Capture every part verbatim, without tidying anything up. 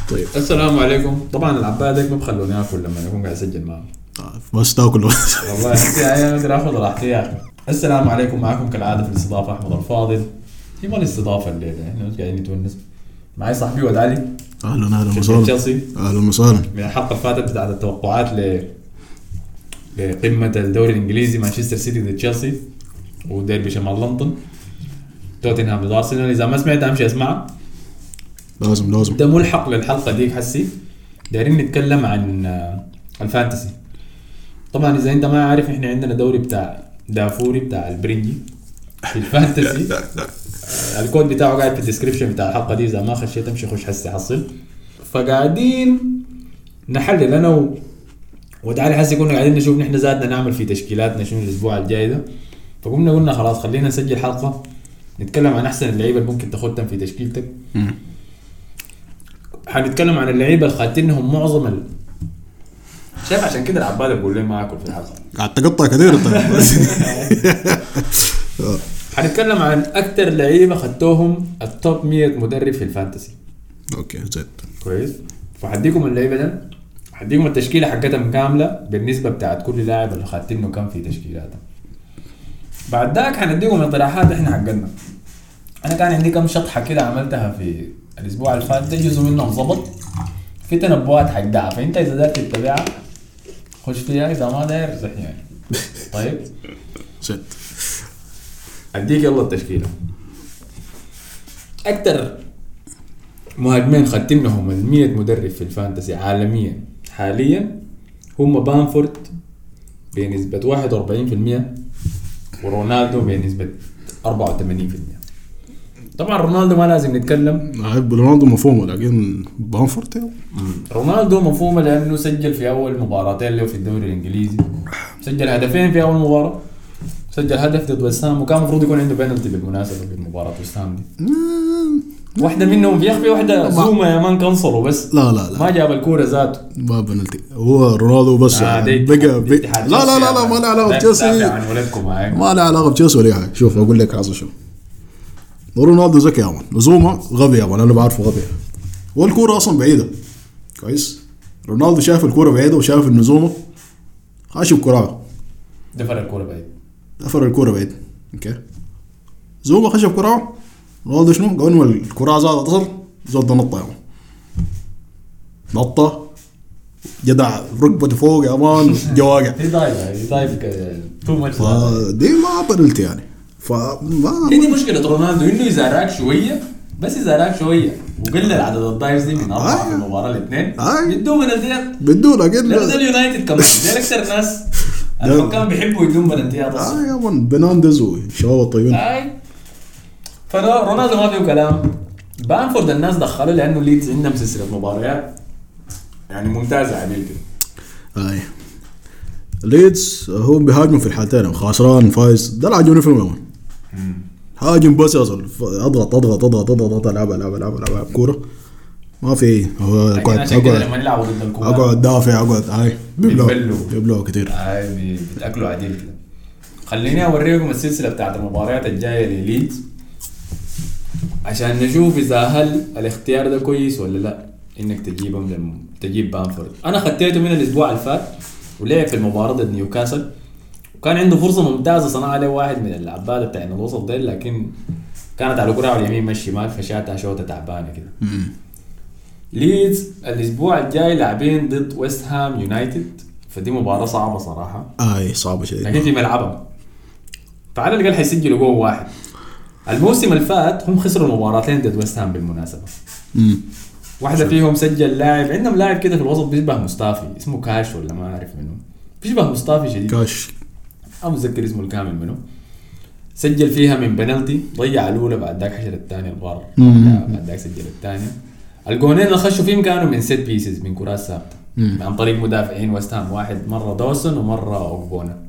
طيب السلام عليكم. طبعا العبادك ما بخلوني اكل لما اكون قاعد اسجل معهم. بس تاكل والله حتى انا اقدر اخذ راحتي يا اخي. السلام عليكم، معكم كالعاده في الاستضافه احمد الفاضل. هي ما الاستضافه الليله، احنا قاعدين نتونس. معي صاحبي ود علي. اهلا اهلا وسهلا. تشيلسي. اهلا وسهلا. من الحلقه اللي فاتت بتاعت التوقعات ل لقمه الدوري الانجليزي، مانشستر سيتي ضد تشيلسي وديربي شمال لندن، توتنهام ضد ارسنال. اذا ما سمعت امشي اسمعها، لازم لازم. ده ملحق للحلقه دي. حسي دايرين نتكلم عن الفانتسي. طبعا اذا انت ما عارف، احنا عندنا دوري بتاع دافوري بتاع البرنجي في الفانتسي. الكود بتاعه قاعد في الديسكريبشن بتاع الحلقه دي، اذا ما خشيت امشي خش حسي حصل. فقاعدين نحلل انا و... وتعالي حسي كنا قاعدين نشوف نحن زادنا نعمل في تشكيلاتنا شنو الاسبوع الجاي ده. فقمنا قلنا خلاص خلينا نسجل حلقه نتكلم عن احسن اللعيبه اللي ممكن تاخدهم في تشكيلتك. حنتكلم عن اللعيبه اللي خاتنهم معظم ال... شايف، عشان كده العباد بقول لي ما اكل في الحلقه قاعد تقطع كثير طيب. حنتكلم عن اكثر لعيبه خدتوهم التوب مية مدرب في الفانتسي. اوكي زين كويس. فحديكم اللعيبه ده، حديكم التشكيله حقتهم كامله بالنسبه بتاعت كل لاعب اللي خاتنه كم في تشكيلاته. بعد ذاك حنديكم اقتراحات احنا حقنا. انا كان عندي كم شطحه كده عملتها في الاسبوع اللي فات، جزء منهم ضبط، في تنبؤات حقها. فانت اذا داير تتبعها خش فيها، اذا ما داير زح يعني. طيب زين، اديك يلا التشكيله. اكتر مهاجمين ختمناهم المية مدرب في الفانتسي عالميا حاليا هم بامفورد بنسبه واحد وأربعين بالمية ورونالدو بنسبه أربعة وثمانين بالمية. طبعا رونالدو ما لازم نتكلم، احب رونالدو مفهومه، لكن بامفورد رونالدو مفهومه لانه سجل في اول مباراتين له في الدوري الانجليزي، سجل هدفين في اول مباراه، سجل هدف ضد ويست هام، وكان المفروض يكون عنده بينالتي بالمناسبه في مباراه ويست هام دي. واحده منهم بيخفي، واحده زوما يا مان كنصلوا بس لا لا لا ما جاب الكوره ذاته، ما بنالتي. هو رونالدو بس آه بقى بي... لا لا لا لا ما له علاقه بتشيلسي، ما له علاقه بتشيلسي ولا حاجه. شوف اقول لك حاصل شو، رونالدو ذكي يا مان، زوما غبي يا مان، انا بعرفه غبي، والكوره اصلا بعيده كويس. رونالدو شاف الكوره بعيده وشاف ان زوما خاش الكره، دفر الكوره بعيد، دفر الكوره بعيد. اوكي، زوما خش الكره، رونالدو شنو قال انه الكره زاد تصل زود نطه يا مان، نطه جدع ركبته فوق يا مان جواقع. هي دايفه هي دايفه تو ماتش دي ما بنلتي يعني. فما هي دي مشكله رونالدو، انه اذا راك شويه بس، اذا راك شويه وقلل عدد الدايفز دي من اربعه آه. في المباراه الاثنين آه. بدون بلنتيات، بدون لكن لأن اليونايتد كمان دي اكثر ناس الحكام بيحبوا يدون بلنتيات اه يا مان بناندز وشباب الطيبين. اي فرونالدو ما فيه كلام. بامفورد الناس دخلوا لانه ليدز عندهم سلسله مباريات يعني ممتازه عليه كده. اي ليدز هو بيهاجم في الحالتين، خسران فايز، ده العجوني في المهم هاجم بس يصل اضغط اضغط اضغط اضغط العب العب العب العب كوره ما في. هو قاعد اقعد لما نلعب ضد الكوره اقعد دافع اقعد هاي بيبلوا بيبلوا كثير، هاي بيتاكلوا عديل كده. خليني اوريكم السلسله بتاعت المباريات الجايه لليدز عشان نشوف اذا هل الاختيار ده كويس ولا لا انك تجيبهم لما تجيب بامفورد. انا خديته من الاسبوع اللي فات ولعب في المباراه ضد نيوكاسل، وكان عنده فرصه ممتازه صنع عليه واحد من العباده بتاع الوسط ده، لكن كانت على الكره على اليمين مش الشمال، فشاتها شوطه تعبانه كده. ليدز الاسبوع الجاي لاعبين ضد ويست هام يونايتد، فدي مباراه صعبه صراحه. اي صعبه شديد، لكن في ملعبهم فعلى الاقل حيسجلوا جول واحد. الموسم اللي فات هم خسروا المباراتين ضد ويست هام بالمناسبه. امم واحده فيهم سجل لاعب، عندهم لاعب كده في الوسط بيشبه مصطفى اسمه كاش ولا ما اعرف منه، بيشبه مصطفى شديد كاش، ما متذكر اسمه الكامل منه. سجل فيها من بنالتي، ضيع الاولى، بعد ذاك حشر الثانيه البار، بعد ذاك سجل الثانيه. الجونين اللي خشوا فيهم كانوا من سيت بيسز، من كرات ثابته عن طريق مدافعين ويست هام، واحد مره دوسن ومره اوغبونا.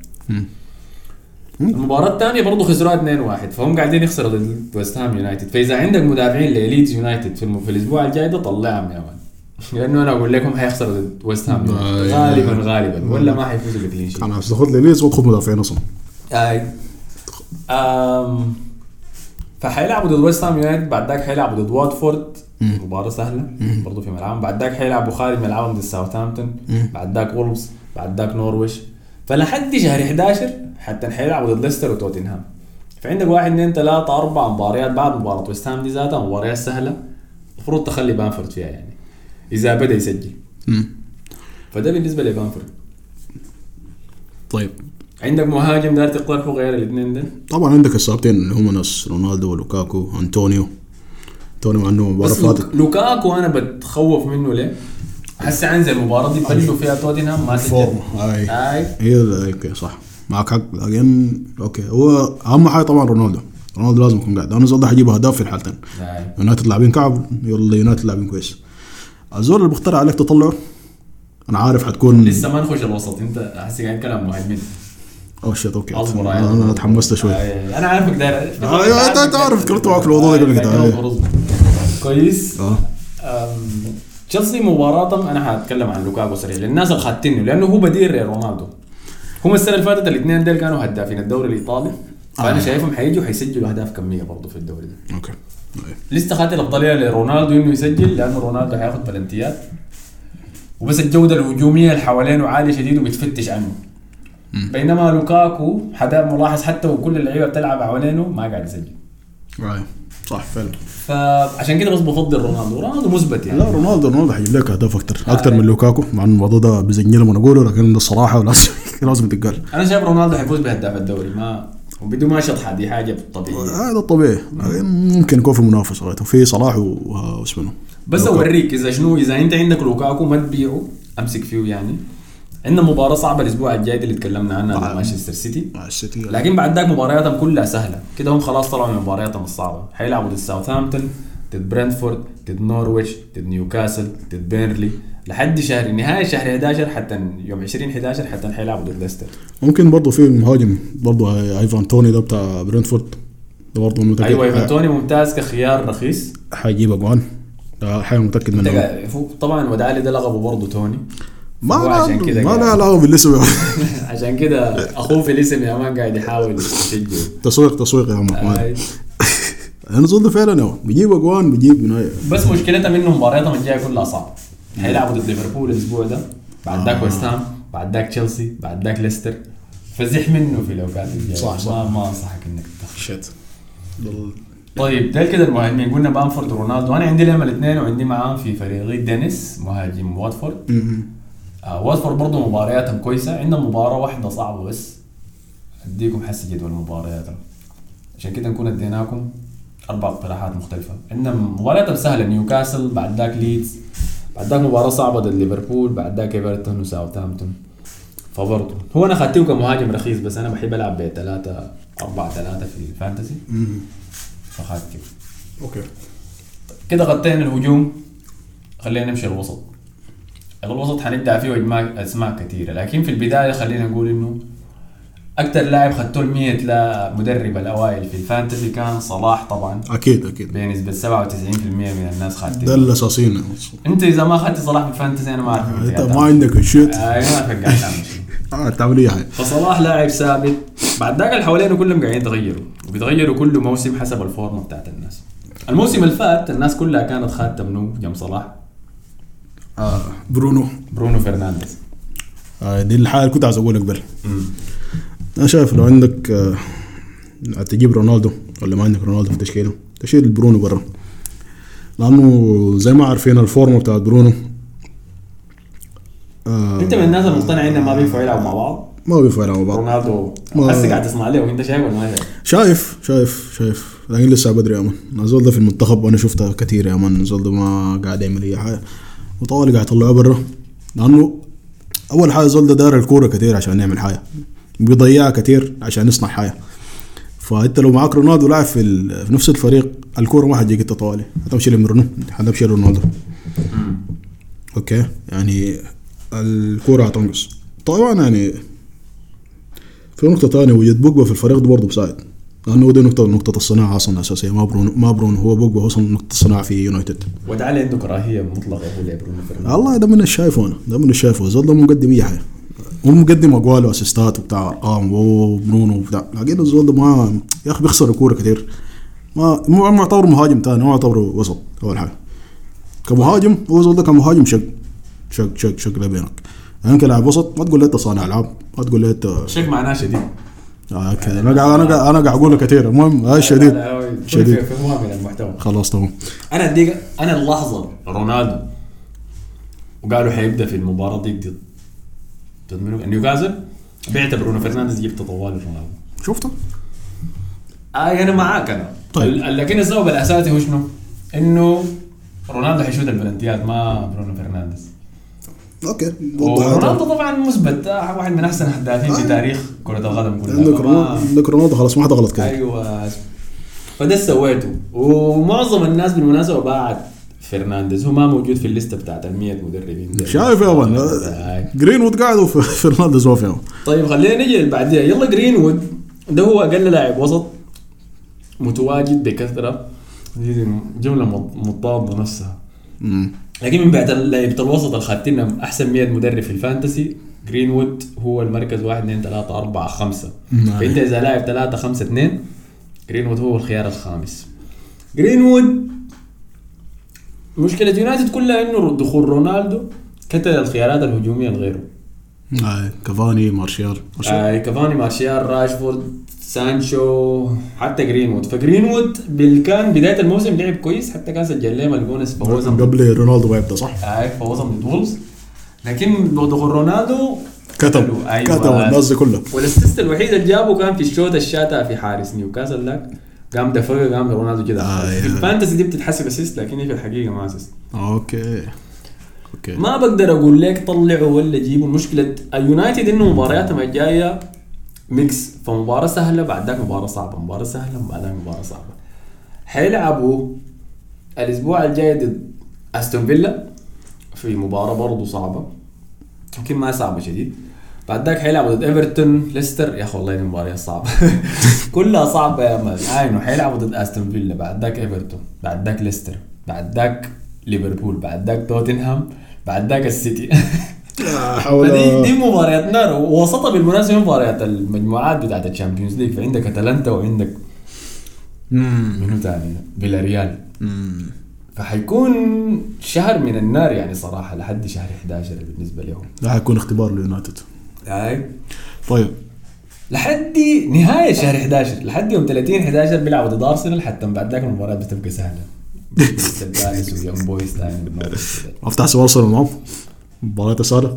المباراة الثانية برضو خسروها اثنين واحد، فهم قاعدين يخسروا ضد ويست هام يونايتد. فإذا عندك مدافعين لليدز يونايتد في, الم... في الأسبوع الجاي ده طلعهم يا مان، لأنه أنا أقول لكم هيخسروا ضد ويست هام غالبا غالبا ولا ما هيفوزوا بكلين شيء. أنا أخذ لي ليدز وأخذ مدافعين أصلا. أي أم... فحيلعبوا ضد ويست هام يونايتد، بعد ذاك حيلعبوا ضد واتفورد مباراة سهلة برضو في ملعبهم. بعد ذاك حيلعبوا خارج ملعبهم ضد ساوثهامبتون، بعد ذاك وولفز، بعد ذاك نورويش. فلحد شهر إحدى عشر حتى حيلعبوا ضد ليستر وتوتنهام. فعندك واحد اثنين ثلاثة أربع مباريات بعد مباراة ويست هام دي ذاتها مباريات سهلة المفروض تخلي بامفورد فيها يعني إذا بدأ يسجل. مم. فده بالنسبة لبامفورد. طيب عندك مهاجم دار تقترحه غير الاثنين ده؟ طبعا عندك الصابتين اللي هم ناس رونالدو ولوكاكو أنطونيو. أنطونيو عنه مباراة فاتت. لوكاكو أنا بتخوف منه ليه؟ حس عن زي المباراة دي بلشوا فيها توتنهام ما سجل. هاي هاي هي اوكي صح معك حق. لكن اوكي هو اهم حاجه طبعا رونالدو. رونالدو لازم يكون قاعد. انا زول ده حيجيب اهداف في الحالتين. يونايتد لاعبين كعب يلا يونايتد لاعبين كويس. الزول اللي بختار عليك تطلعه انا عارف حتكون لسه ما نخش الوسط. انت حاسس قاعد كلام مهاجمين. او شيت اوكي اصبر انا, أنا تحمست شوي. انا عارفك داير. ايوه انت عارف كنت معك في الموضوع ده قبل كده كويس. اه تشيلسي مباراة أنا هتكلم عن لوكاكو سريع للناس اللي خاتينه لأنه هو بديل رونالدو. هم السنة اللي فاتت الاثنين دول كانوا هدافين الدوري الإيطالي. فأنا آه. شايفهم حييجوا حيسجلوا أهداف كمية برضو في الدوري ده. أوكي. لسه خاتي الأفضلية لرونالدو إنه يسجل لأنه رونالدو حياخد بلنتيات. وبس الجودة الهجومية اللي حوالينه عالية شديد وبتفتش عنه. م. بينما لوكاكو حدا ملاحظ حتى وكل اللعيبة بتلعب حوالينه ما قاعد يسجل. راي. صح فعلا. فعشان كده بس بفضل رونالدو. رونالدو مثبت يعني. لا رونالدو رونالدو حيجيب لك اهداف اكثر اكثر من لوكاكو مع ان الموضوع ده بزنجله ما نقوله لكن الصراحه لازم لازم تتقال. انا شايف رونالدو حيفوز بهداف الدوري ما وبدون ما شطحه دي حاجه طبيعيه. هذا الطبيعي ممكن يكون في منافسه وفي صلاح واسمه. بس اوريك اذا شنو اذا انت عندك لوكاكو ما تبيعه امسك فيه يعني. عندنا مباراه صعبه الاسبوع الجاي اللي اتكلمنا عنها مع مانشستر سيتي. السيتي لكن بعد ذاك مبارياتهم كلها سهله كده. هم خلاص طلعوا من مبارياتهم الصعبه. حيلعبوا ضد ساوثهامبتون ضد برنتفورد ضد نورويتش ضد نيوكاسل ضد بيرلي لحد شهر نهاية شهر إحدى عشر حتى يوم عشرين إحدى عشر حتى حيلعبوا ضد ليستر. ممكن برضو في مهاجم برضو ايفان توني ده بتاع برنتفورد ده برضو متأكد. ايوه ايفان توني ممتاز كخيار رخيص حيجيب اجوان ده حاجه متاكد منه. طبعا ودعالي ده لقبه برضو توني ما عشان كده ما لا لا بالاسم عشان كده اخوه في الاسم يا مان قاعد يحاول يسجل تسويق تسويق يا عم. انا ظن فعلا هو بيجيب اجوان بيجيب من بس مشكلتها منهم مبارياتهم الجايه كلها صعبه. هيلعبوا ضد ليفربول الاسبوع ده بعد ذاك ويست هام بعد ذاك تشيلسي بعد ذاك ليستر. فزح منه في الاوقات الجايه. صح صح ما ما انصحك انك تخشت. دل... طيب ده كده المهاجمين قلنا بامفورد ورونالدو. انا عندي لهم الاثنين وعندي معاهم في فريقي دينيس مهاجم واتفورد. آه واتفورد برضه مبارياتهم كويسه. عندنا مباراه واحده صعبه بس اديكم حس جدول مبارياتهم عشان كده نكون اديناكم اربع اقتراحات مختلفه. عندنا مباريات سهله نيوكاسل بعد ذاك ليدز بعد ذاك مباراه صعبه ضد ليفربول بعد ذاك ايفرتون وساوثهامبتون. فبرضه هو انا خدته كمهاجم رخيص بس انا بحب العب ب ثلاثة أربعة ثلاثة في الفانتسي فخدت كده. اوكي كده غطينا الهجوم. خلينا نمشي الوسط. الوسط حنبدأ فيه اجماع اسماء كثيره لكن في البدايه خلينا نقول انه اكثر لاعب خدته المية لمدرب الاوائل في الفانتسي كان صلاح طبعا. اكيد اكيد بنسبه سبعة وتسعين بالمية من الناس خدته. ده الاساسيين. انت اذا ما خدت صلاح في الفانتسي انا ما اعرف انت ما عندك الشيت. اي ما فقعت تعمل شيء. اه تعمل اي حاجه. فصلاح لاعب ثابت. بعد ذاك اللي حوالينه كلهم قاعدين يتغيروا وبيتغيروا كل موسم حسب الفورمه بتاعت الناس. الموسم اللي فات الناس كلها كانت خادته منو جنب صلاح؟ آه برونو برونو فرنانديز. آه دي الحاله كنت عايز اقول لك بل انا شايف لو عندك آه تجيب رونالدو ولا ما عندك رونالدو في تشكيله تشيل برونو برا لانه زي ما عارفين الفورمه بتاعت برونو. آه انت من الناس المقتنعين انه ما بينفعوا يلعبوا مع بعض. ما بينفعوا يلعبوا مع بعض. رونالدو بس قاعد تسمع عليه وانت شايف ولا ما شايف؟ شايف شايف لكن لسه بدري يا مان. نزول ده في المنتخب وانا شفته كثير يا مان. نزول ده ما قاعد يعمل اي حاجه وطوالي قاعد يطلعه برا لانه اول حاجه زول ده دار الكوره كثير عشان يعمل حاجه بيضيعها كثير عشان يصنع حاجه. فانت لو معك رونالدو لاعب في, في نفس الفريق الكوره ما حتجيك انت طوالي هتمشي لمرنو حتمشي لرونالدو. اوكي يعني الكوره هتنقص طبعا. يعني في نقطه ثانيه وجود بوجبا في الفريق ده برضه بساعد لانه ده نقطه نقطه الصناعه اصلا اساسيه. ما برونو ما برونو هو بوجبا اصلا نقطه الصناعه في يونايتد. ودعالي عنده كراهيه مطلقه هو لبرونو فرنانديز. الله ده من الشايفه انا ده من الشايفه زول ده مقدم اي حاجه. هو مقدم اقوال واسيستات وبتاع ارقام وبرونو وبتاع لكن الزول ده ما يا اخي بيخسر الكوره كثير. ما مو معتبر مهاجم ثاني هو معتبر وسط اول حاجه. كمهاجم هو زول ده كمهاجم شق شق شق شق لبينك يعني كلاعب وسط ما تقول لي انت صانع العاب ما تقول لي انت شق معناه شديد اه كده انا قاعد انا قاعد انا قاعد اقول كثير المهم هاي شديد شديد فهموا من المحتوى خلاص تمام انا اديك انا اللحظه رونالدو وقالوا حيبدا في المباراه دي ضد ضد منو نيوكاسل بيعتبر برونو فرنانديز جبت طوال رونالدو شفته اه انا معاك انا طيب. لكن السبب الاساسي هو شنو انه رونالدو حيشوت البلنتيات ما برونو فرنانديز اوكي رونالدو طبعا مثبت واحد من احسن الهدافين في تاريخ كره القدم كلها عندك رونالدو عندك رونالدو خلاص ما حدا غلط كده ايوه فده سويته ومعظم الناس بالمناسبه باعت فرنانديز هو ما موجود في الليسته بتاعت المية مدربين شايف يا مان جرينوود قاعد وفرنانديز ما فيهم طيب خلينا نجي بعديها يلا جرينوود ده هو اقل لاعب وسط متواجد بكثره جمله مضاده نفسها امم لكن من بعد لعيبه الوسط الخاتين احسن مية مدرب في الفانتسي جرينوود هو المركز واحد اثنين ثلاثة أربعة خمسة فانت اذا لاعب ثلاثة خمسة اثنين جرينوود هو الخيار الخامس. جرينوود مشكله يونايتد كلها انه دخول رونالدو كتل الخيارات الهجوميه لغيره. اي كافاني مارشال اي كافاني مارشال راشفورد سانشو حتى جرينوود. فجرينوود بالكان بدايه الموسم لعب كويس حتى كان سجل لهم البونس فوزهم قبل رونالدو ما يبدا صح. اي فوزهم ضد وولفز لكن بدخول رونالدو كتب أيوة كتب الناس كلها. والاسيست الوحيد اللي جابه كان في الشوط الشاتا في حارس نيوكاسل لك قام دفع قام رونالدو كده. آه في الفانتسي دي بتتحسب اسيست لكن هي في الحقيقه ما اسيست. اوكي اوكي ما بقدر اقول لك طلعوا ولا جيبوا. المشكله اليونايتد انه مبارياتهم الجايه ميكس فمباراه سهله بعد ذاك مباراه صعبه مباراه سهله بعد ذاك مباراه صعبه. حيلعبوا الاسبوع الجاي ضد استون فيلا في مباراه برضو صعبه لكن ما صعبه شديد. بعد ذاك حيلعبوا ضد ايفرتون ليستر يا اخي والله المباراه صعبه كلها صعبه يا مان. عينه حيلعبوا ضد استون فيلا بعد ذاك ايفرتون بعد ذاك ليستر بعد ذاك ليفربول بعد ذاك توتنهام بعد ذاك السيتي فدي دي مباريات نار. ووسطها بالمناسبه مباريات المجموعات بتاعت الشامبيونز ليج فعندك اتلانتا وعندك منو ثاني فيلاريال فحيكون شهر من النار يعني صراحه لحد شهر إحدى عشر بالنسبه لهم. ده حيكون اختبار ليونايتد. اي طيب لحد نهايه شهر إحدى عشر لحد يوم ثلاثين إحدى عشر بيلعبوا ضد ارسنال حتى بعد ذاك المباراه بتبقى سهله. الثالث ويوم بويز ثاني افتح سؤال صار معهم مباراه سهله.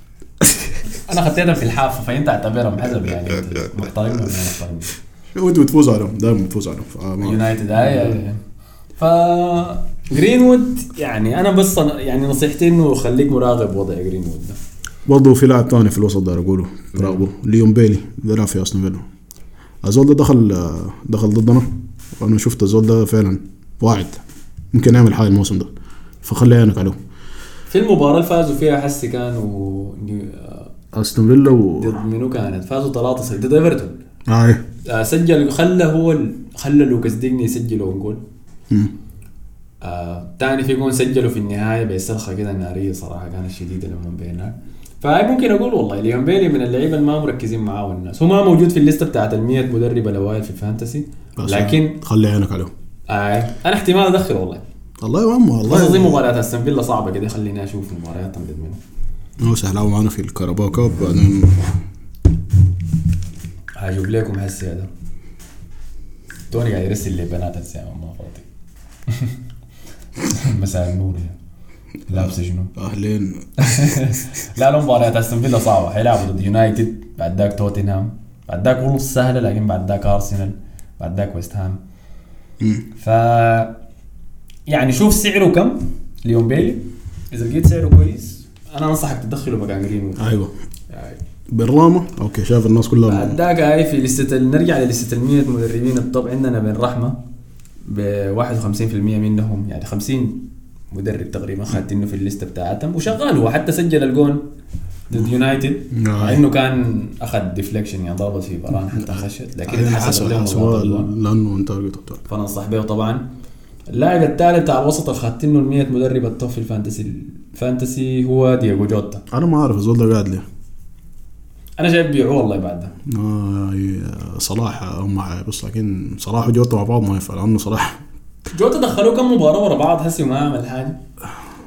انا خطيتها في الحافه فانت اعتبرهم حسب يعني محترمين ولا محترمين. وانت بتفوز عليهم دائما بتفوز عليهم يونايتد هاي ف جرينوود يعني انا بس يعني نصيحتي انه خليك مراقب وضع جرينوود ده. برضه في لاعب ثاني في الوسط ده اقوله راقبه ليون بيلي بيلعب في استون فيلا. الزول ده دخل دخل ضدنا وانا شفت الزول ده فعلا واعد ممكن يعمل حاجه الموسم ده فخلي عينك عليه. في المباراه اللي فازوا فيها حسي كانوا استون فيلا و ضد منو كانت فازوا ثلاثة صفر ضد ايفرتون. اي آه سجل خلى هو خلى لوكاس ديغني يسجلوا جول. امم آه تاني في جول سجلوا في النهايه بيسلخه كده ناريه صراحه كانت شديده لما بينها. فهاي ممكن اقول والله ليون بيلي من اللعيبه اللي ما مركزين معاه والناس هو ما موجود في الليسته بتاعت المية مدرب الاوائل في الفانتسي لكن خلي عينك عليه. اي انا احتمال ادخل والله الله يوم والله بس دي مباريات استون فيلا صعبه كده خليني اشوف مبارياتهم ضد منو. هو سهلوا معنا في الكاراباو كاب بعدين هجيب لكم هسه هذا توني قاعد يرسل لي بنات الساعه ما فاضي مساء النور لابس شنو اهلين لا لا مباريات استون فيلا صعبه حيلعبوا ضد يونايتد بعد ذاك توتنهام بعد ذاك وولفز سهله لكن بعد ذاك ارسنال بعد ذاك ويست هام. ف يعني شوف سعره كم ليون بيلي اذا لقيت سعره كويس انا انصحك تدخله مكان جرينوود. ايوه يعني بالرامه اوكي شايف الناس كلها بعد ذاك هاي في لسته نرجع للسته المية مدربين الطب عندنا بن رحمه ب واحد وخمسين بالمية منهم يعني خمسين مدرب تقريبا خدتينه في الليسته بتاعتهم وشغال هو حتى سجل الجون ضد يونايتد مع انه كان اخذ ديفليكشن يعني ضربت في فران حتى خشت لكن حسب لانه انت قلت فننصح به. طبعا اللاعب الثالث بتاع الوسط الخاتينه المية مدرب التوب في الفانتسي الفانتسي هو دياغو جوتا. انا ما اعرف الزول ده قاعد ليه. انا شايف بيعوه والله بعد ده. آه صلاح هم بس لكن صلاح وجوتا مع بعض ما ينفع لانه صلاح جوتا دخلوه كم مباراه ورا بعض هسي وما عمل حاجه.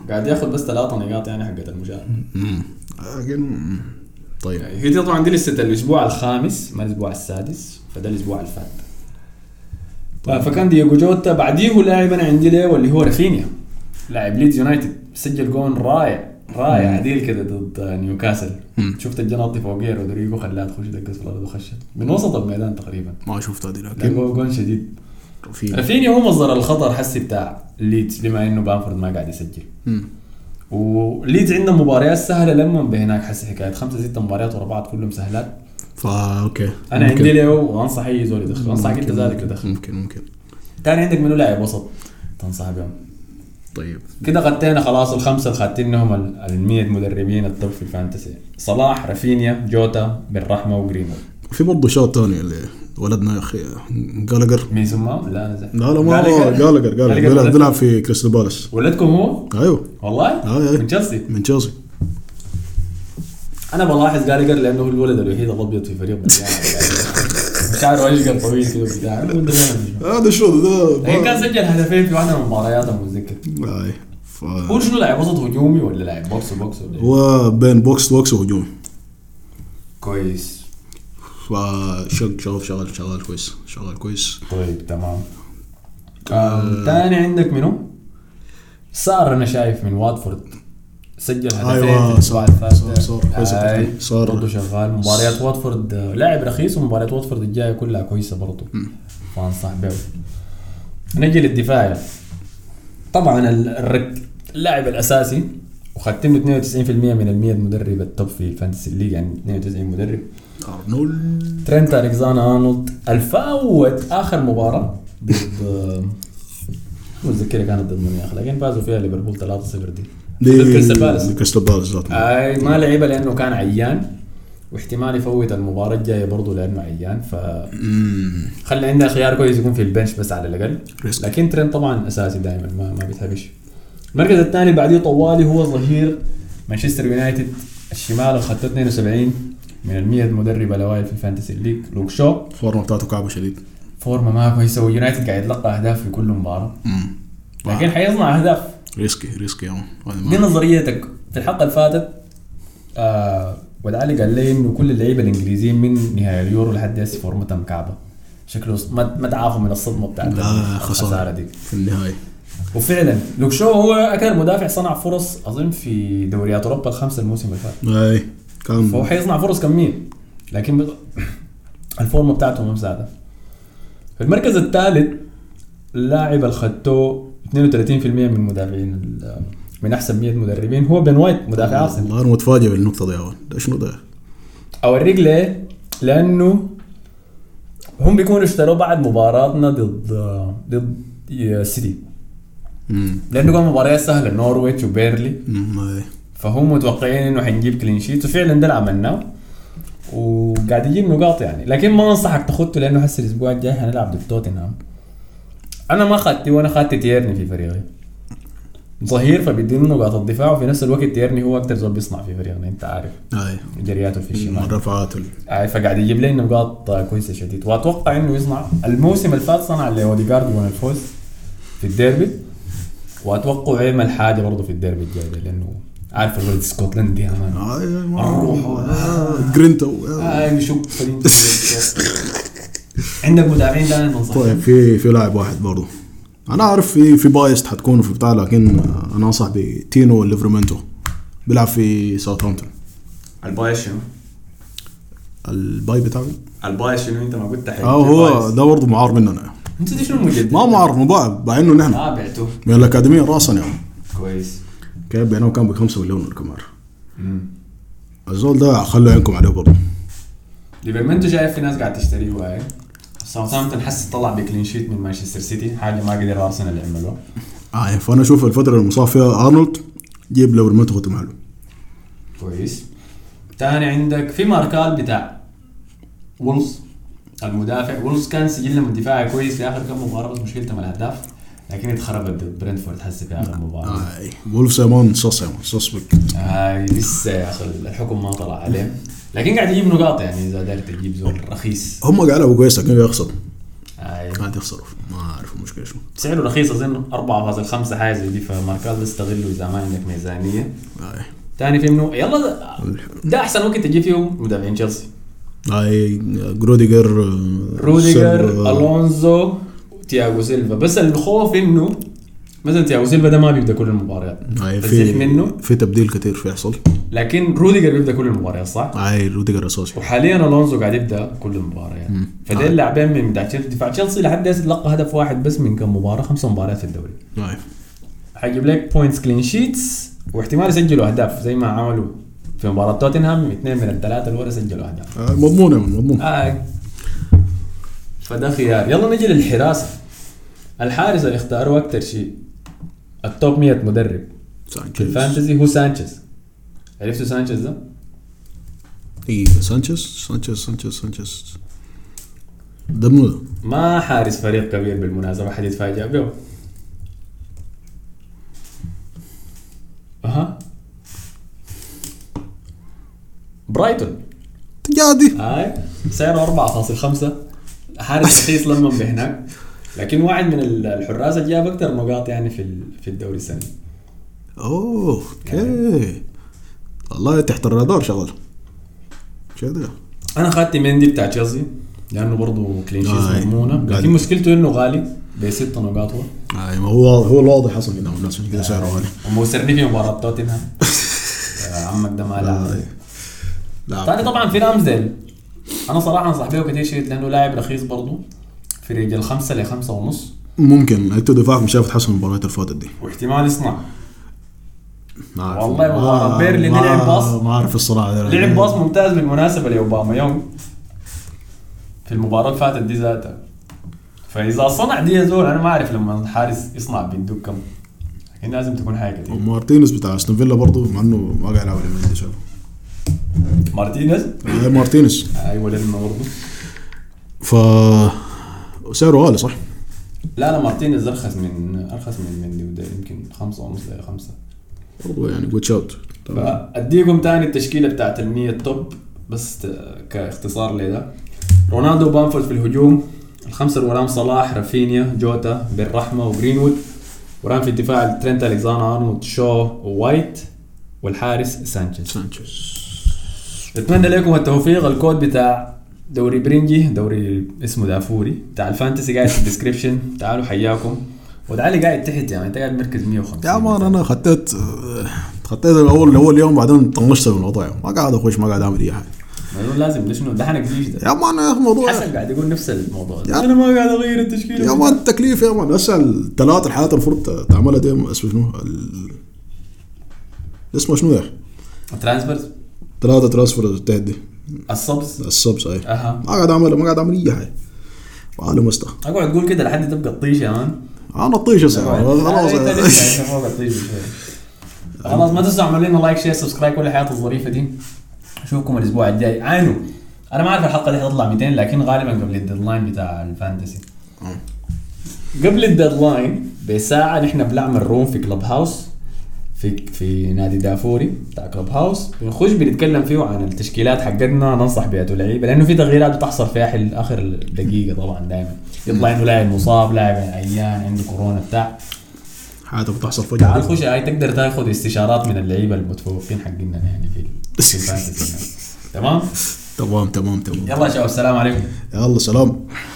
قاعد ياخذ بس ثلاثة نقاط يعني حقت المشاهد. لكن طيب هي طبعا دي لسه الاسبوع الخامس ما الاسبوع السادس، فده الاسبوع اللي فات. طيب. فكان دييغو جوتا بعديه لاعب انا عندي له واللي هو رافينيا لاعب ليدز يونايتد، سجل جون رائع رائع عديل كده ضد نيوكاسل. مم. شفت الجناطي فوقيه رودريجو خلاها تخش دقس في الارض وخشت من وسط الميدان تقريبا. ما شفت هذه لكن جون شديد. رافينيا رافينيا هو مصدر الخطر حسي بتاع ليدز بما انه بامفورد ما قاعد يسجل. مم. وليدز عندهم مباريات سهله لما بهناك حسي حكايه خمسة ستة مباريات ورا بعض كلهم سهلات. فا اوكي انا عندي له وانصح اي زول يدخل، انصحك انت ذلك تدخل. ممكن ممكن ثاني عندك منو لاعب وسط تنصح بهم؟ طيب كده غطينا خلاص الخمسه اللي خدتينهم المية مدربين الطب في الفانتسي: صلاح، رافينيا، جوتا، بالرحمه، وجرينوود. في برضه شوط ثاني اللي ولدنا يا اخي جالجر. مين سماه؟ لا انا زي لا لا ما جالجر جالجر بيلعب في كريستال بالاس. ولدكم هو؟ ايوه والله؟ آه من تشيلسي. من تشيلسي. انا بلاحظ جالجر لانه هو الولد الوحيد الابيض في فريق شعره اشقر طويل كده بتاع. هذا شو ده؟ لكن كان سجل هدفين في واحده من المباريات المتذكر. اي ف... هو شنو لاعب وسط هجومي ولا لاعب بوكس وبوكس ولا؟ هو بين بوكس بوكس وهجومي. كويس. فشغل شغل شغل شغال كويس شغال كويس. طيب تمام. ثاني آه... عندك منو؟ صار انا شايف من واتفورد سجل هدفين. ايوه صار صار صار برضه شغال. مباريات واتفورد لاعب رخيص ومباريات واتفورد الجايه كلها كويسه برضه، فانصح به. نجي للدفاع. طبعا الرك اللاعب الاساسي وختم اثنين وتسعين بالمية من المية مدرب التوب في الفانتسي ليج، يعني اثنين وتسعين مدرب. ارنولد ترينت الكساندر ارنولد الفاوت اخر مباراه ضد متذكر كانت ضد من يا اخي، لكن فازوا فيها ليفربول ثلاثة صفر دي كريستال بالاس. كريستال بالاس اي ما لعبها لانه كان عيان، واحتمال يفوت المباراه الجايه برضه لانه عيان. ف خلي عندنا خيار كويس يكون في البنش بس على الاقل. لكن ترين طبعا اساسي دائما ما ما بيتهبش. المركز الثاني بعديه طوالي هو ظهير مانشستر يونايتد الشمال، خدته اثنين وسبعين من المية مدرب الاوائل في الفانتسي ليج. لوك شو فورمه بتاعته كعبه شديد، فورمه ما كويسه، ويونايتد قاعد يتلقى اهداف في كل مباراه. لكن حيصنع اهداف ريسكي ريسكي يوم. دي نظريتك. في الحلقه اللي فاتت آه ودعالي قال لي انه كل اللعيبه الانجليزيين من نهايه اليورو لحد هسه فورمتهم كعبه، شكله ما ما تعافوا من الصدمه بتاعت الخساره دي في النهايه. وفعلا لوك شو هو اكثر مدافع صنع فرص اظن في دوريات اوروبا الخمسه الموسم اللي فات. اي كان فهو حيصنع فرص كميه، لكن الفورمه بتاعته ما مساعده. في المركز الثالث اللاعب الخدتو اثنين وثلاثين بالمية من مدافعين من احسن مية مدربين هو بن وايت مدافع ارسنال. والله انا متفاجئ بالنقطه دي. اول ده شنو ده؟ اوريك ليه؟ لانه هم بيكونوا اشتروا بعد مباراتنا ضد ضد سيتي، لانه كان مباريات سهله نورويتش وبيرلي، فهم متوقعين انه حنجيب كلين شيت، وفعلا ده اللي عملناه وقاعد يجيب نقاط يعني. لكن ما انصحك تاخذته لانه هسه الاسبوع الجاي هنلعب ضد توتنهام. انا ما اخذتي وانا اخذت تيرني في فريقي ظهير، فبيدينه نقاط الدفاع، وفي نفس الوقت تيرني هو اكثر زول بيصنع في فريقنا، انت عارف اي جرياته في الشمال رفعاته اي، فقاعد يجيب لي نقاط كويسه شديد. واتوقع انه يصنع الموسم اللي فات صنع لاوديغارد وان الفوز في الديربي، واتوقع يعمل حاجه برضه في الديربي الجاي لانه عارف الولد اسكتلندي يا مان. اي جرينتو اي شوف عندك مدافعين ثاني تنصح؟ طيب في في لاعب واحد برضه انا عارف في في بايست حتكون في بتاع، لكن انا انصح بتينو ليفرمنتو، بيلعب في ساوثهامبتون. البايست شنو؟ الباي بتاعه البايست شنو؟ انت ما قلت حاجه. اه هو ده برضه معار مننا. انت دي شنو مجدد؟ ما معار مباع مع انه نحن اه بعته من الاكاديميه راسا يعني كويس. كيف بينهم كان بخمسة مليون الكمار. امم الزول ده خلوا عينكم عليه برضه. ليفرمنتو شايف في ناس قاعد تشتريه واي. ساوثهامبتون حس طلع بكلين شيت من مانشستر سيتي، حاجه ما قدر ارسنال يعملوها. اه فانا اشوف الفتره المصاب فيها ارنولد جيب ليفرمنتو خدته معه كويس. ثاني عندك في ماركال بتاع وولز المدافع. وولز كان سجلنا من دفاعه كويس في اخر كم مباراه، بس مشكلته مع الاهداف، لكن اتخربت ضد برينتفورد حسي في اخر مباراه. اي وولف سيمون صوص سيمون صوص بك اي لسه يا اخي الحكم ما طلع عليه، لكن قاعد يجيب نقاط يعني اذا دارت تجيب زول رخيص. هم قالوا كويس لكن يقصد ما تخسروا ما اعرف المشكله شنو. سعره رخيص اظن أربعة فاصلة خمسة حاجه زي دي، فماركات استغله اذا ما عندك ميزانيه. اي ثاني في منه يلا ده, ده احسن وقت تجي فيه مدافعين تشيلسي. اي روديجر روديجر الونزو تياغو سيلفا. بس الخوف انه مثلا تياغو سيلفا ده ما بيبدا كل المباريات، في منه في تبديل كثير في يحصل، لكن روديجر بيبدا كل المباريات صح. اي روديجر اساسي، وحاليا الونزو قاعد يبدا كل المباريات. فده اللاعبين من دفاع تشيلسي دفاع تشيلسي لحد هسه لقى هدف واحد بس من كم مباراه، خمسة مباريات في الدوري. اي حيجيب لك بوينتس كلين شيتس، واحتمال يسجلوا اهداف زي ما عملوا في مباراه توتنهام، اثنين من الثلاثه الاولى سجلوا اهداف. آه مضمون يا مضمون. آه. فده خيار. يلا نجي للحراسه. الحارس اللي اختاروه اكثر شيء التوب مية مدرب في الفانتزي هو سانشيز. عرفتوا سانشيز ده؟ اي سانشيز سانشيز سانشيز سانشيز ده منو ده؟ ما حارس فريق كبير بالمناسبه، حد يتفاجئ به. اها برايتون تجادي. هاي سعره أربعة فاصلة خمسة، حارس رخيص لما بهناك، لكن واحد من الحراس اللي جاب اكثر نقاط يعني في في الدوري السنه. اوه اوكي والله تحت الرادار شغل كده. انا اخذت مندي بتاع تشيلسي لانه برضه كلين شيت مضمونه، لكن مشكلته انه غالي بست نقاط. هو اي ما هو هو الواضح اصلا انه الناس كده سعره غالي. وموسرني في مباراه توتنهام. عمك ده ما لاعب. لا ثاني طبعا في رامزديل، انا صراحه انصح به كثير شيء لانه لاعب رخيص برضه في رجل خمسة لخمسة ونص. ممكن انتو دفاعك مش شايف تحسن المباريات اللي فاتت دي، واحتمال يصنع. والله مباراة بيرلي لعب باص، ما اعرف الصراحه لعب باص ممتاز بالمناسبه لاوباما يونغ في المباراه اللي فاتت دي ذاتها. فاذا صنع دي زول انا ما اعرف لما الحارس يصنع بيدوك كم، لكن لازم تكون حاجه كثير. ومارتينيز بتاع استون فيلا برضه مع انه ما قاعد يلعب اليومين دي. شاف مارتينيز اي مارتينيز ايوه لانه برضه ف سعره غالي صح. لا لا مارتينيز ارخص من ارخص من مندي، وده يمكن خمسة ونص ل خمسة برضه يعني جود شوت. اديكم تاني التشكيله بتاعت المية التوب بس كاختصار لده. رونالدو وبامفورد في الهجوم، الخمسه الورام صلاح رافينيا جوتا بالرحمه وجرينوود، ورام في الدفاع ترينت الكساندر ارنولد شو ووايت، والحارس سانشيز. سانشيز اتمنى لكم التوفيق. الكود بتاع دوري برينجي دوري اسمه دافوري بتاع الفانتسي قاعد في الديسكريبشن، تعالوا حياكم. ودعالي قاعد تحت يعني انت قاعد مركز مية وخمسين. يا مان انا خطيت خطيت الاول اول يوم بعدين طنشت من الوضع، ما قاعد اخش ما قاعد اعمل اي حاجه. لازم ليش ده حنك جديد ده يا مان يا موضوع حسن قاعد يقول نفس الموضوع ده. انا ما قاعد اغير التشكيله يا مان التكليف يا مان. هسه الثلاث الحالات المفروض تعملها دي اسمه شنو ال... اسمه شنو يا ترانسفيرز ثلاثه ترانسفيرز التهدي الصبس الصبس اي اها ما قاعد اعمل ما قاعد اعمل اي حاجه وعلى مستوى. اقعد تقول كده لحد تبقى الطيش يا مان. انا الطيشه صراحه خلاص خلاص. ما تنسوا اعملوا لنا لايك شير سبسكرايب كل الحياه الظريفه دي. اشوفكم الاسبوع الجاي. عينوا انا ما اعرف الحلقه دي هتطلع مئتين لكن غالبا قبل الديدلاين بتاع الفانتسي. قبل الديدلاين بساعه نحن بنعمل روم في كلوب هاوس في في نادي دافوري بتاع كلوب هاوس، بنخش بنتكلم فيه عن التشكيلات حقتنا، ننصح بها اللعيبه لانه في تغييرات بتحصل في اخر اخر دقيقه. طبعا دائما يطلع انه لاعب مصاب، لاعب عيان، عنده كورونا بتاع حاجه بتحصل فجاه. تعال خش هاي تقدر تاخذ استشارات من اللعيبه المتفوقين حقنا يعني في الفانتسي. تمام تمام تمام تمام. يلا شباب السلام عليكم. يلا سلام.